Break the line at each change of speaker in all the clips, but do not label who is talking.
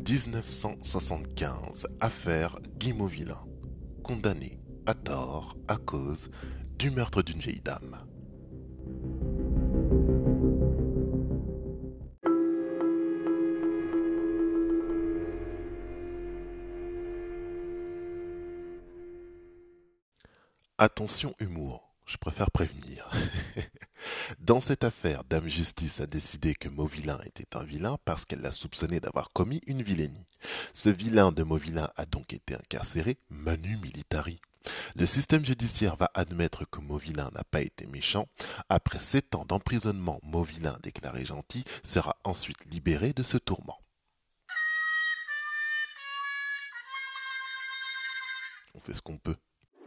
1975, affaire Guy Mauvillain, condamné à tort à cause du meurtre d'une vieille dame. Attention humour, je préfère prévenir. Dans cette affaire, Dame Justice a décidé que Mauvillain était un vilain parce qu'elle l'a soupçonné d'avoir commis une vilainie. Ce vilain de Mauvillain a donc été incarcéré manu militari. Le système judiciaire va admettre que Mauvillain n'a pas été méchant. Après 7 ans d'emprisonnement, Mauvillain, déclaré gentil, sera ensuite libéré de ce tourment. On fait ce qu'on peut.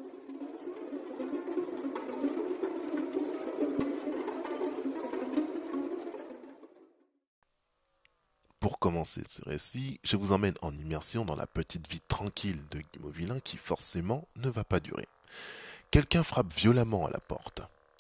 Pour commencer ce récit, je vous emmène en immersion dans la petite vie tranquille de Guy Mauvillain qui forcément ne va pas durer. Quelqu'un frappe violemment à la porte.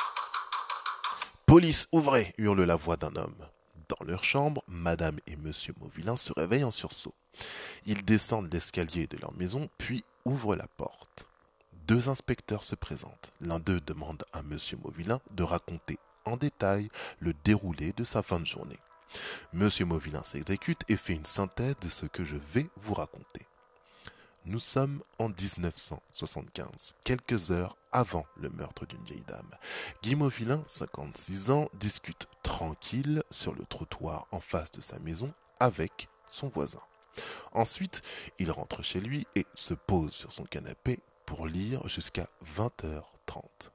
Police, ouvrez, hurle la voix d'un homme. Dans leur chambre, Madame et Monsieur Mauvillain se réveillent en sursaut. Ils descendent l'escalier de leur maison, puis ouvrent la porte. 2 inspecteurs se présentent. L'un d'eux demande à Monsieur Mauvillain de raconter en détail le déroulé de sa fin de journée. Monsieur Mauvillain s'exécute et fait une synthèse de ce que je vais vous raconter. Nous sommes en 1975, quelques heures avant le meurtre d'une vieille dame. Guy Mauvillain, 56 ans, discute tranquille sur le trottoir en face de sa maison avec son voisin. Ensuite, il rentre chez lui et se pose sur son canapé pour lire jusqu'à 20h30.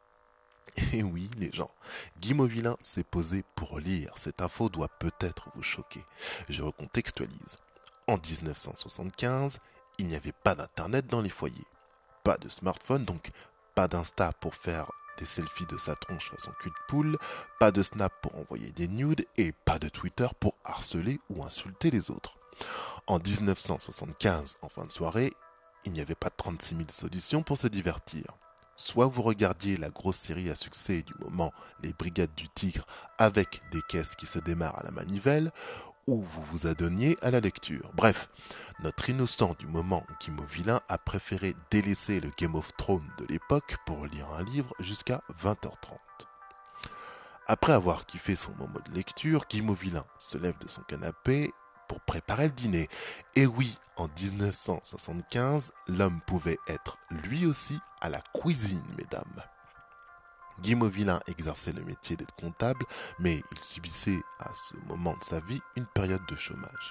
Et oui, les gens, Guy Mauvillain s'est posé pour lire. Cette info doit peut-être vous choquer. Je recontextualise. En 1975, il n'y avait pas d'internet dans les foyers. Pas de smartphone, donc pas d'Insta pour faire des selfies de sa tronche façon cul de poule, pas de Snap pour envoyer des nudes et pas de Twitter pour harceler ou insulter les autres. En 1975, en fin de soirée, il n'y avait pas 36 000 solutions pour se divertir. Soit vous regardiez la grosse série à succès du moment, Les Brigades du Tigre, avec des caisses qui se démarrent à la manivelle, ou vous vous adonniez à la lecture. Bref, notre innocent du moment, Guy Mauvillain, a préféré délaisser le Game of Thrones de l'époque pour lire un livre jusqu'à 20h30. Après avoir kiffé son moment de lecture, Guy Mauvillain se lève de son canapé pour préparer le dîner. Et oui, en 1975, l'homme pouvait être lui aussi à la cuisine, mesdames. Guy Mauvillain exerçait le métier d'être comptable, mais il subissait à ce moment de sa vie une période de chômage.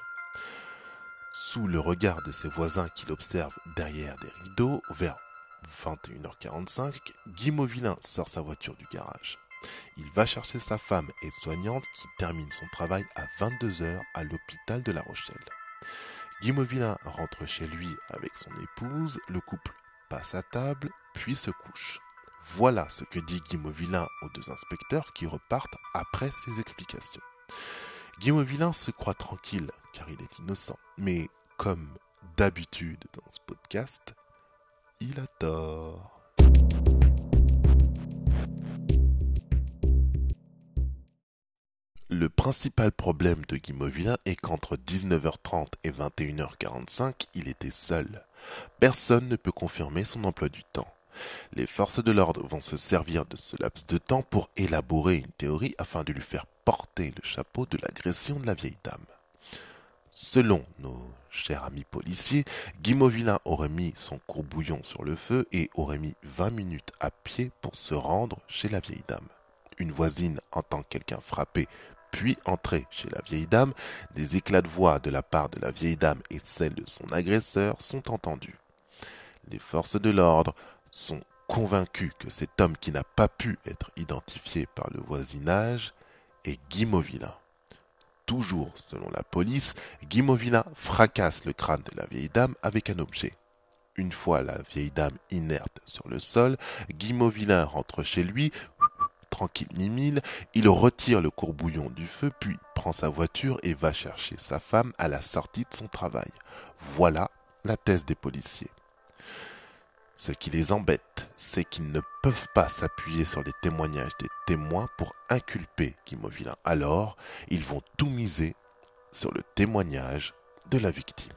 Sous le regard de ses voisins qui l'observent derrière des rideaux, vers 21h45, Guy Mauvillain sort sa voiture du garage. Il va chercher sa femme aide-soignante qui termine son travail à 22h à l'hôpital de La Rochelle. Guy Mauvillain rentre chez lui avec son épouse, le couple passe à table, puis se couche. Voilà ce que dit Guy Mauvillain aux 2 inspecteurs qui repartent après ses explications. Guy Mauvillain se croit tranquille car il est innocent, mais comme d'habitude dans ce podcast, il a tort. Le principal problème de Guy Mauvillain est qu'entre 19h30 et 21h45, il était seul. Personne ne peut confirmer son emploi du temps. Les forces de l'ordre vont se servir de ce laps de temps pour élaborer une théorie afin de lui faire porter le chapeau de l'agression de la vieille dame. Selon nos chers amis policiers, Guy Mauvillain aurait mis son courbouillon sur le feu et aurait mis 20 minutes à pied pour se rendre chez la vieille dame. Une voisine entend quelqu'un frapper puis entrer chez la vieille dame. Des éclats de voix de la part de la vieille dame et celle de son agresseur sont entendus. Les forces de l'ordre sont convaincus que cet homme qui n'a pas pu être identifié par le voisinage est Guy Mauvillain. Toujours selon la police, Guy Mauvillain fracasse le crâne de la vieille dame avec un objet. Une fois la vieille dame inerte sur le sol, Guy Mauvillain rentre chez lui, tranquille mimile, il retire le courbouillon du feu, puis prend sa voiture et va chercher sa femme à la sortie de son travail. Voilà la thèse des policiers. Ce qui les embête, c'est qu'ils ne peuvent pas s'appuyer sur les témoignages des témoins pour inculper Guy Mauvillain. Alors, ils vont tout miser sur le témoignage de la victime.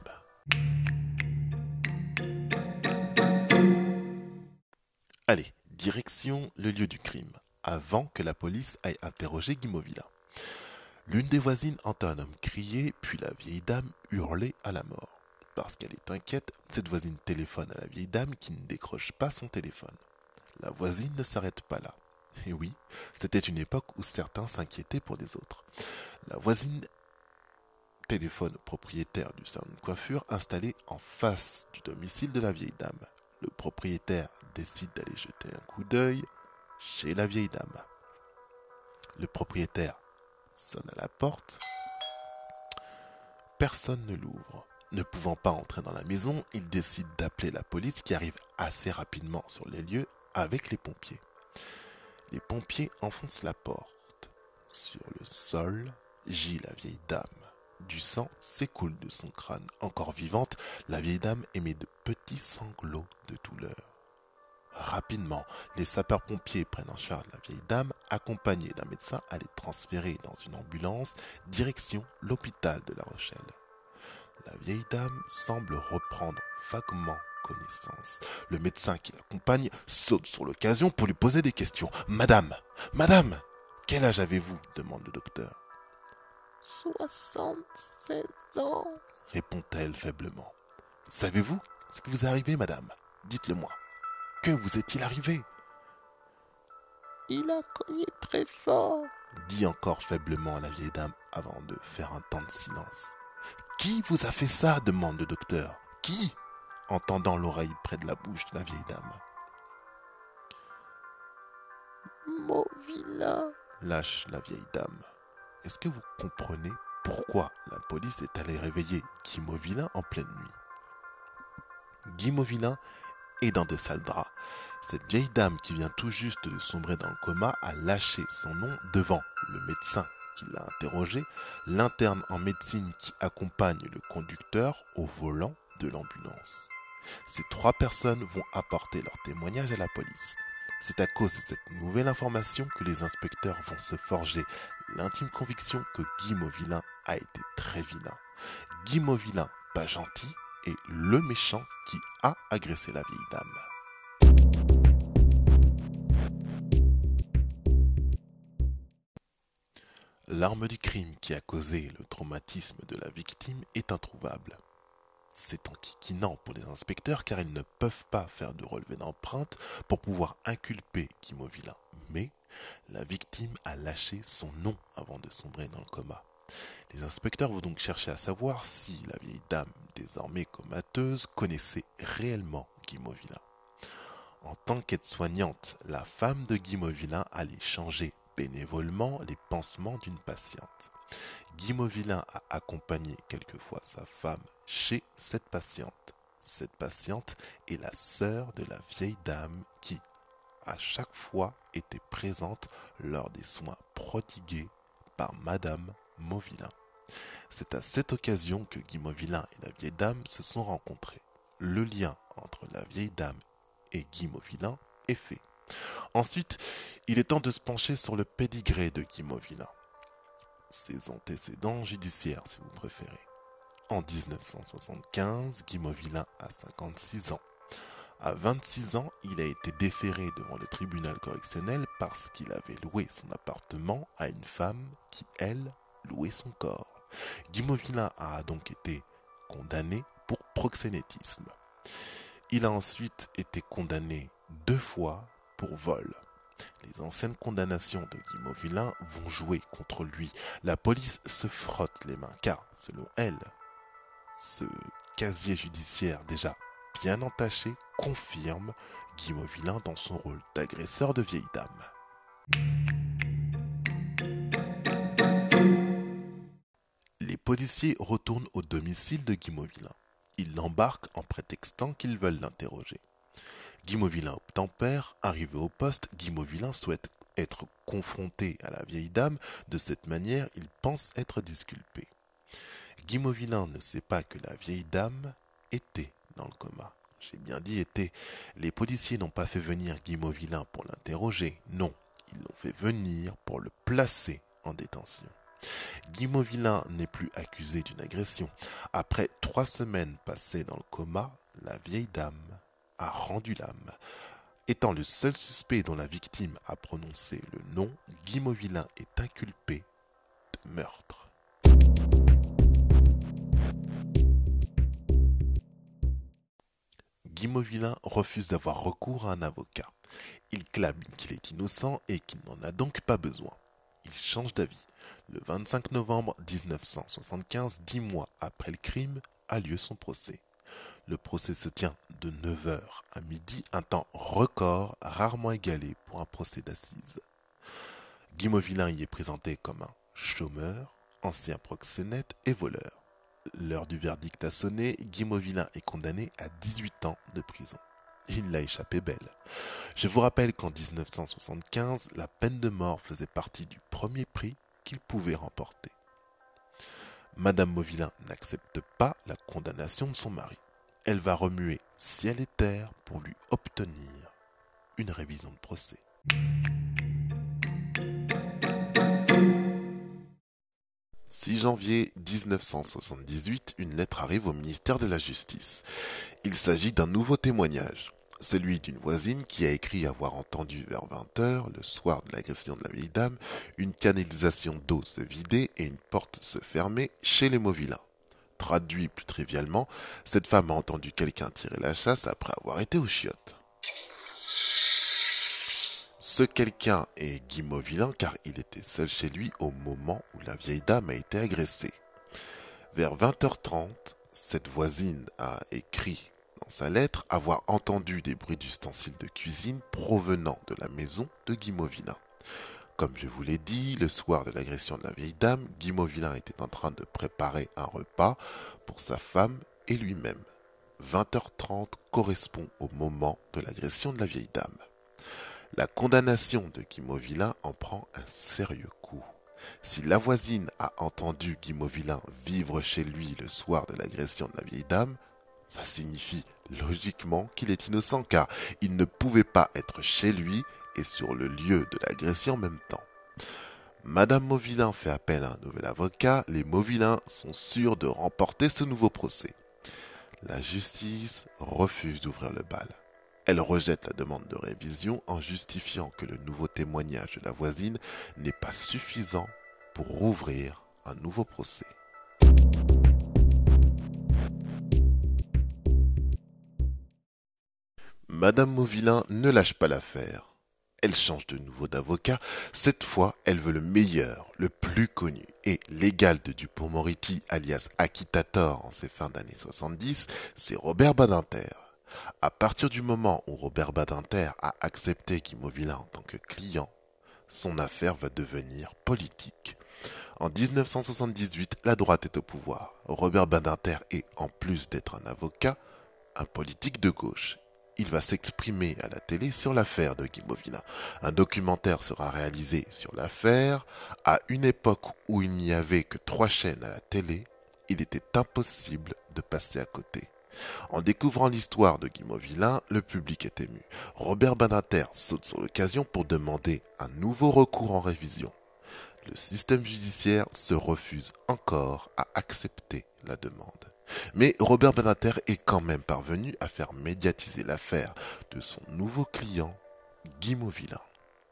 Allez, direction le lieu du crime, avant que la police aille interroger Guy Mauvillin. L'une des voisines entend un homme crier, puis la vieille dame hurler à la mort. Parce qu'elle est inquiète, cette voisine téléphone à la vieille dame qui ne décroche pas son téléphone. La voisine ne s'arrête pas là. Et oui, c'était une époque où certains s'inquiétaient pour les autres. La voisine téléphone au propriétaire du salon de coiffure installé en face du domicile de la vieille dame. Le propriétaire décide d'aller jeter un coup d'œil chez la vieille dame. Le propriétaire sonne à la porte. Personne ne l'ouvre. Ne pouvant pas entrer dans la maison, il décide d'appeler la police qui arrive assez rapidement sur les lieux avec les pompiers. Les pompiers enfoncent la porte. Sur le sol gît la vieille dame. Du sang s'écoule de son crâne. Encore vivante, la vieille dame émet de petits sanglots de douleur. Rapidement, les sapeurs-pompiers prennent en charge la vieille dame, accompagnée d'un médecin à les transférer dans une ambulance, direction l'hôpital de La Rochelle. La vieille dame semble reprendre vaguement connaissance. Le médecin qui l'accompagne saute sur l'occasion pour lui poser des questions. « Madame, quel âge avez-vous » demande le docteur. « 76 ans » répond-elle faiblement. « Savez-vous ce qui vous est arrivé, madame ? Dites-le-moi. Que vous est-il arrivé ?»« Il a cogné très fort » dit encore faiblement la vieille dame avant de faire un temps de silence. « Qui vous a fait ça ?» demande le docteur. « Qui ?» entendant l'oreille près de la bouche de la vieille dame. « Mauvillin » lâche la vieille dame. Est-ce que vous comprenez pourquoi la police est allée réveiller Guy Mauvillin en pleine nuit ? Guy Mauvillin est dans de sales draps. Cette vieille dame qui vient tout juste de sombrer dans le coma a lâché son nom devant le médecin qui l'a interrogé, l'interne en médecine qui accompagne le conducteur au volant de l'ambulance. Ces 3 personnes vont apporter leur témoignage à la police. C'est à cause de cette nouvelle information que les inspecteurs vont se forger l'intime conviction que Guy Mauvillin a été très vilain. Guy Mauvillin, pas gentil, est le méchant qui a agressé la vieille dame. L'arme du crime qui a causé le traumatisme de la victime est introuvable. C'est enquiquinant pour les inspecteurs car ils ne peuvent pas faire de relevé d'empreinte pour pouvoir inculper Guy Mauvillin. Mais la victime a lâché son nom avant de sombrer dans le coma. Les inspecteurs vont donc chercher à savoir si la vieille dame, désormais comateuse, connaissait réellement Guy Mauvillin. En tant qu'aide-soignante, la femme de Guy Mauvillin allait changer bénévolement les pansements d'une patiente. Guy Mauvillin a accompagné quelquefois sa femme chez cette patiente. Cette patiente est la sœur de la vieille dame qui, à chaque fois, était présente lors des soins prodigués par Madame Mauvillin. C'est à cette occasion que Guy Mauvillin et la vieille dame se sont rencontrés. Le lien entre la vieille dame et Guy Mauvillin est fait. Ensuite, il est temps de se pencher sur le pédigré de Guy Mauvillin. Ses antécédents judiciaires, si vous préférez. En 1975, Guy Mauvillin a 56 ans. À 26 ans, il a été déféré devant le tribunal correctionnel parce qu'il avait loué son appartement à une femme qui, elle, louait son corps. Guy Mauvillin a donc été condamné pour proxénétisme. Il a ensuite été condamné 2 fois pour vol. Les anciennes condamnations de Guy Mauvillin vont jouer contre lui. La police se frotte les mains car, selon elle, ce casier judiciaire déjà bien entaché confirme Guy Mauvillin dans son rôle d'agresseur de vieille dame. Les policiers retournent au domicile de Guy Mauvillin. Ils l'embarquent en prétextant qu'ils veulent l'interroger. Guy Mauvillin obtempère. Arrivé au poste, Guy Mauvillin souhaite être confronté à la vieille dame. De cette manière, il pense être disculpé. Guy Mauvillin ne sait pas que la vieille dame était dans le coma. J'ai bien dit était. Les policiers n'ont pas fait venir Guy Mauvillin pour l'interroger. Non, ils l'ont fait venir pour le placer en détention. Guy Mauvillain n'est plus accusé d'une agression. Après 3 semaines passées dans le coma, la vieille dame a rendu l'âme. Étant le seul suspect dont la victime a prononcé le nom, Guy Mauvillain est inculpé de meurtre. Guy Mauvillain refuse d'avoir recours à un avocat. Il clame qu'il est innocent et qu'il n'en a donc pas besoin. Il change d'avis. Le 25 novembre 1975, 10 mois après le crime, a lieu son procès. Le procès se tient de 9 heures à midi, un temps record rarement égalé pour un procès d'assises. Guy Mauvillain y est présenté comme un chômeur, ancien proxénète et voleur. L'heure du verdict a sonné, Guy Mauvillain est condamné à 18 ans de prison. Il l'a échappé belle. Je vous rappelle qu'en 1975, la peine de mort faisait partie du premier prix qu'il pouvait remporter. Madame Mauvillain n'accepte pas la condamnation de son mari. Elle va remuer ciel et terre pour lui obtenir une révision de procès. 6 janvier 1978, une lettre arrive au ministère de la Justice. Il s'agit d'un nouveau témoignage, celui d'une voisine qui a écrit avoir entendu vers 20 h, le soir de l'agression de la vieille dame, une canalisation d'eau se vider et une porte se fermer chez les Mauvillain. Traduit plus trivialement, cette femme a entendu quelqu'un tirer la chasse après avoir été aux chiottes. Ce quelqu'un est Guy Mauvillain car il était seul chez lui au moment où la vieille dame a été agressée. Vers 20 h 30, cette voisine a écrit dans sa lettre avoir entendu des bruits d'ustensiles de cuisine provenant de la maison de Guy Mauvillain. Comme je vous l'ai dit, le soir de l'agression de la vieille dame, Guy Mauvillain était en train de préparer un repas pour sa femme et lui-même. 20 h 30 correspond au moment de l'agression de la vieille dame. La condamnation de Guy Mauvillain en prend un sérieux coup. Si la voisine a entendu Guy Mauvillain vivre chez lui le soir de l'agression de la vieille dame, ça signifie logiquement qu'il est innocent car il ne pouvait pas être chez lui et sur le lieu de l'agression en même temps. Madame Mauvillain fait appel à un nouvel avocat, les Mauvillain sont sûrs de remporter ce nouveau procès. La justice refuse d'ouvrir le bal. Elle rejette la demande de révision en justifiant que le nouveau témoignage de la voisine n'est pas suffisant pour rouvrir un nouveau procès. Madame Mauvillain ne lâche pas l'affaire. Elle change de nouveau d'avocat. Cette fois, elle veut le meilleur, le plus connu. Et l'égal de Dupond-Moretti, alias Acquitator en ces fins d'années 70, c'est Robert Badinter. À partir du moment où Robert Badinter a accepté Guy Mauvillain en tant que client, son affaire va devenir politique. En 1978, la droite est au pouvoir. Robert Badinter est, en plus d'être un avocat, un politique de gauche. Il va s'exprimer à la télé sur l'affaire de Guy Mauvillain. Un documentaire sera réalisé sur l'affaire. À une époque où il n'y avait que 3 chaînes à la télé, il était impossible de passer à côté. En découvrant l'histoire de Guy Mauvillain, le public est ému. Robert Badinter saute sur l'occasion pour demander un nouveau recours en révision. Le système judiciaire se refuse encore à accepter la demande. Mais Robert Badinter est quand même parvenu à faire médiatiser l'affaire de son nouveau client, Guy Mauvillain.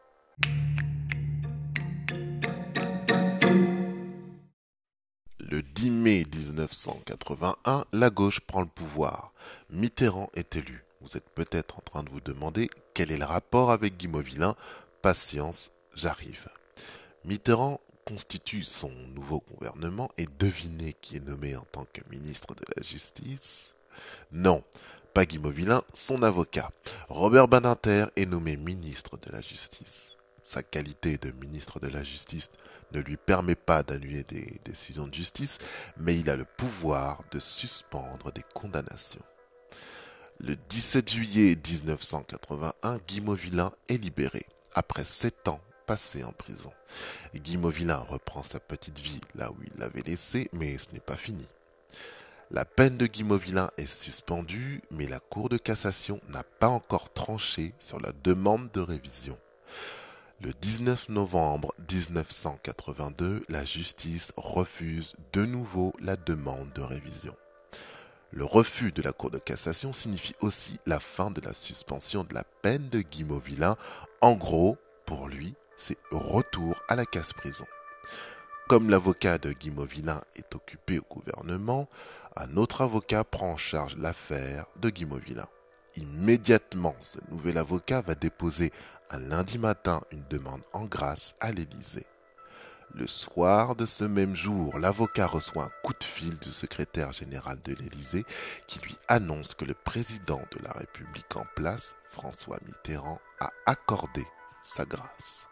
Le 10 mai 1981, la gauche prend le pouvoir. Mitterrand est élu. Vous êtes peut-être en train de vous demander quel est le rapport avec Guy Mauvillain. Patience, j'arrive. Mitterrand constitue son nouveau gouvernement et devinez qui est nommé en tant que ministre de la Justice? Non, pas Guy Mauvillain, son avocat. Robert Badinter est nommé ministre de la Justice. Sa qualité de ministre de la Justice ne lui permet pas d'annuler des décisions de justice, mais il a le pouvoir de suspendre des condamnations. Le 17 juillet 1981, Guy Mauvillain est libéré, après 7 ans passés en prison. Guy Mauvillain reprend sa petite vie là où il l'avait laissée, mais ce n'est pas fini. La peine de Guy Mauvillain est suspendue, mais la Cour de cassation n'a pas encore tranché sur la demande de révision. Le 19 novembre 1982, la justice refuse de nouveau la demande de révision. Le refus de la Cour de cassation signifie aussi la fin de la suspension de la peine de Guy Mauvillain. En gros, pour lui, c'est retour à la casse-prison. Comme l'avocat de Guy Mauvillain est occupé au gouvernement, un autre avocat prend en charge l'affaire de Guy Mauvillain. Immédiatement, ce nouvel avocat va déposer un lundi matin une demande en grâce à l'Élysée. Le soir de ce même jour, l'avocat reçoit un coup de fil du secrétaire général de l'Élysée qui lui annonce que le président de la République en place, François Mitterrand, a accordé sa grâce.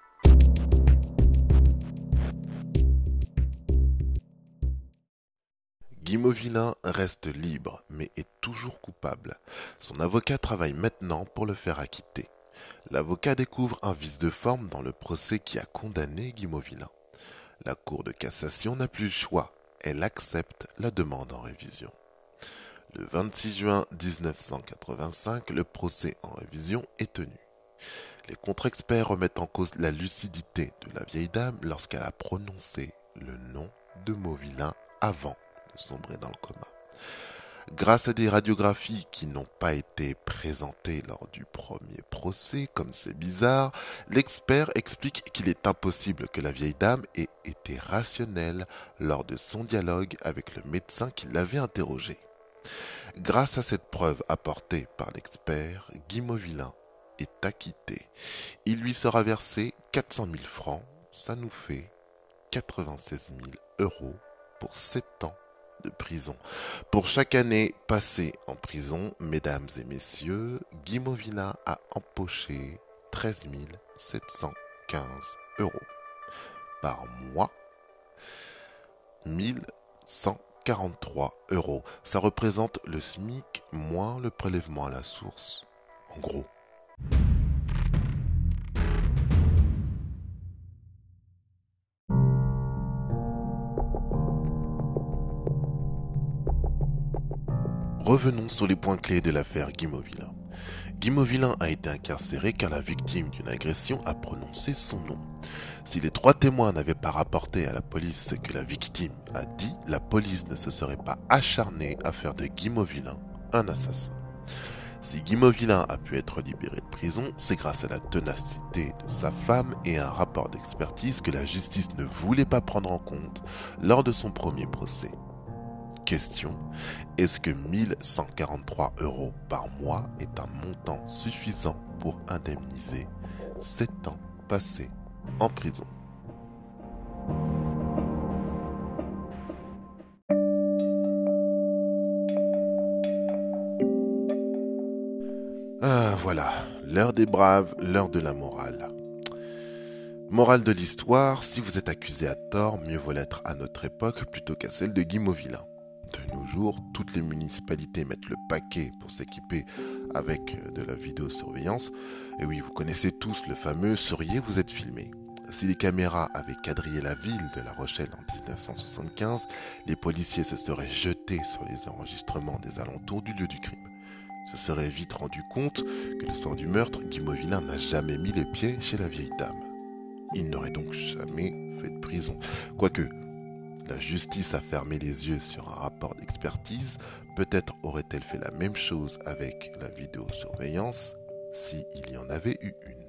Guy Mauvillain reste libre, mais est toujours coupable. Son avocat travaille maintenant pour le faire acquitter. L'avocat découvre un vice de forme dans le procès qui a condamné Guy Mauvillain. La Cour de cassation n'a plus le choix. Elle accepte la demande en révision. Le 26 juin 1985, le procès en révision est tenu. Les contre-experts remettent en cause la lucidité de la vieille dame lorsqu'elle a prononcé le nom de Mauvillain avant de sombrer dans le coma. Grâce à des radiographies qui n'ont pas été présentées lors du premier procès, comme c'est bizarre, l'expert explique qu'il est impossible que la vieille dame ait été rationnelle lors de son dialogue avec le médecin qui l'avait interrogée. Grâce à cette preuve apportée par l'expert, Guy Mauvillain est acquitté. Il lui sera versé 400 000 francs, ça nous fait 96 000 € pour 7 ans de prison. Pour chaque année passée en prison, mesdames et messieurs, Guy Mauvillain a empoché 13 715 €. Par mois, 1143 €. Ça représente le SMIC moins le prélèvement à la source. En gros. Revenons sur les points clés de l'affaire Guy Mauvillain. Guy Mauvillain a été incarcéré car la victime d'une agression a prononcé son nom. Si les 3 témoins n'avaient pas rapporté à la police ce que la victime a dit, la police ne se serait pas acharnée à faire de Guy Mauvillain un assassin. Si Guy Mauvillain a pu être libéré de prison, c'est grâce à la ténacité de sa femme et à un rapport d'expertise que la justice ne voulait pas prendre en compte lors de son premier procès. Question, est-ce que 1143 € par mois est un montant suffisant pour indemniser 7 ans passés en prison? Ah voilà, l'heure des braves, l'heure de la morale. Morale de l'histoire, si vous êtes accusé à tort, mieux vaut l'être à notre époque plutôt qu'à celle de Guy Mauvillain. De nos jours, toutes les municipalités mettent le paquet pour s'équiper avec de la vidéosurveillance. Et oui, vous connaissez tous le fameux « souriez, vous êtes filmé ». Si les caméras avaient quadrillé la ville de La Rochelle en 1975, les policiers se seraient jetés sur les enregistrements des alentours du lieu du crime. Se seraient vite rendu compte que le soir du meurtre, Guy Mauvillain n'a jamais mis les pieds chez la vieille dame. Il n'aurait donc jamais fait de prison. Quoique, la justice a fermé les yeux sur un rapport d'expertise. Peut-être aurait-elle fait la même chose avec la vidéosurveillance s'il y en avait eu une.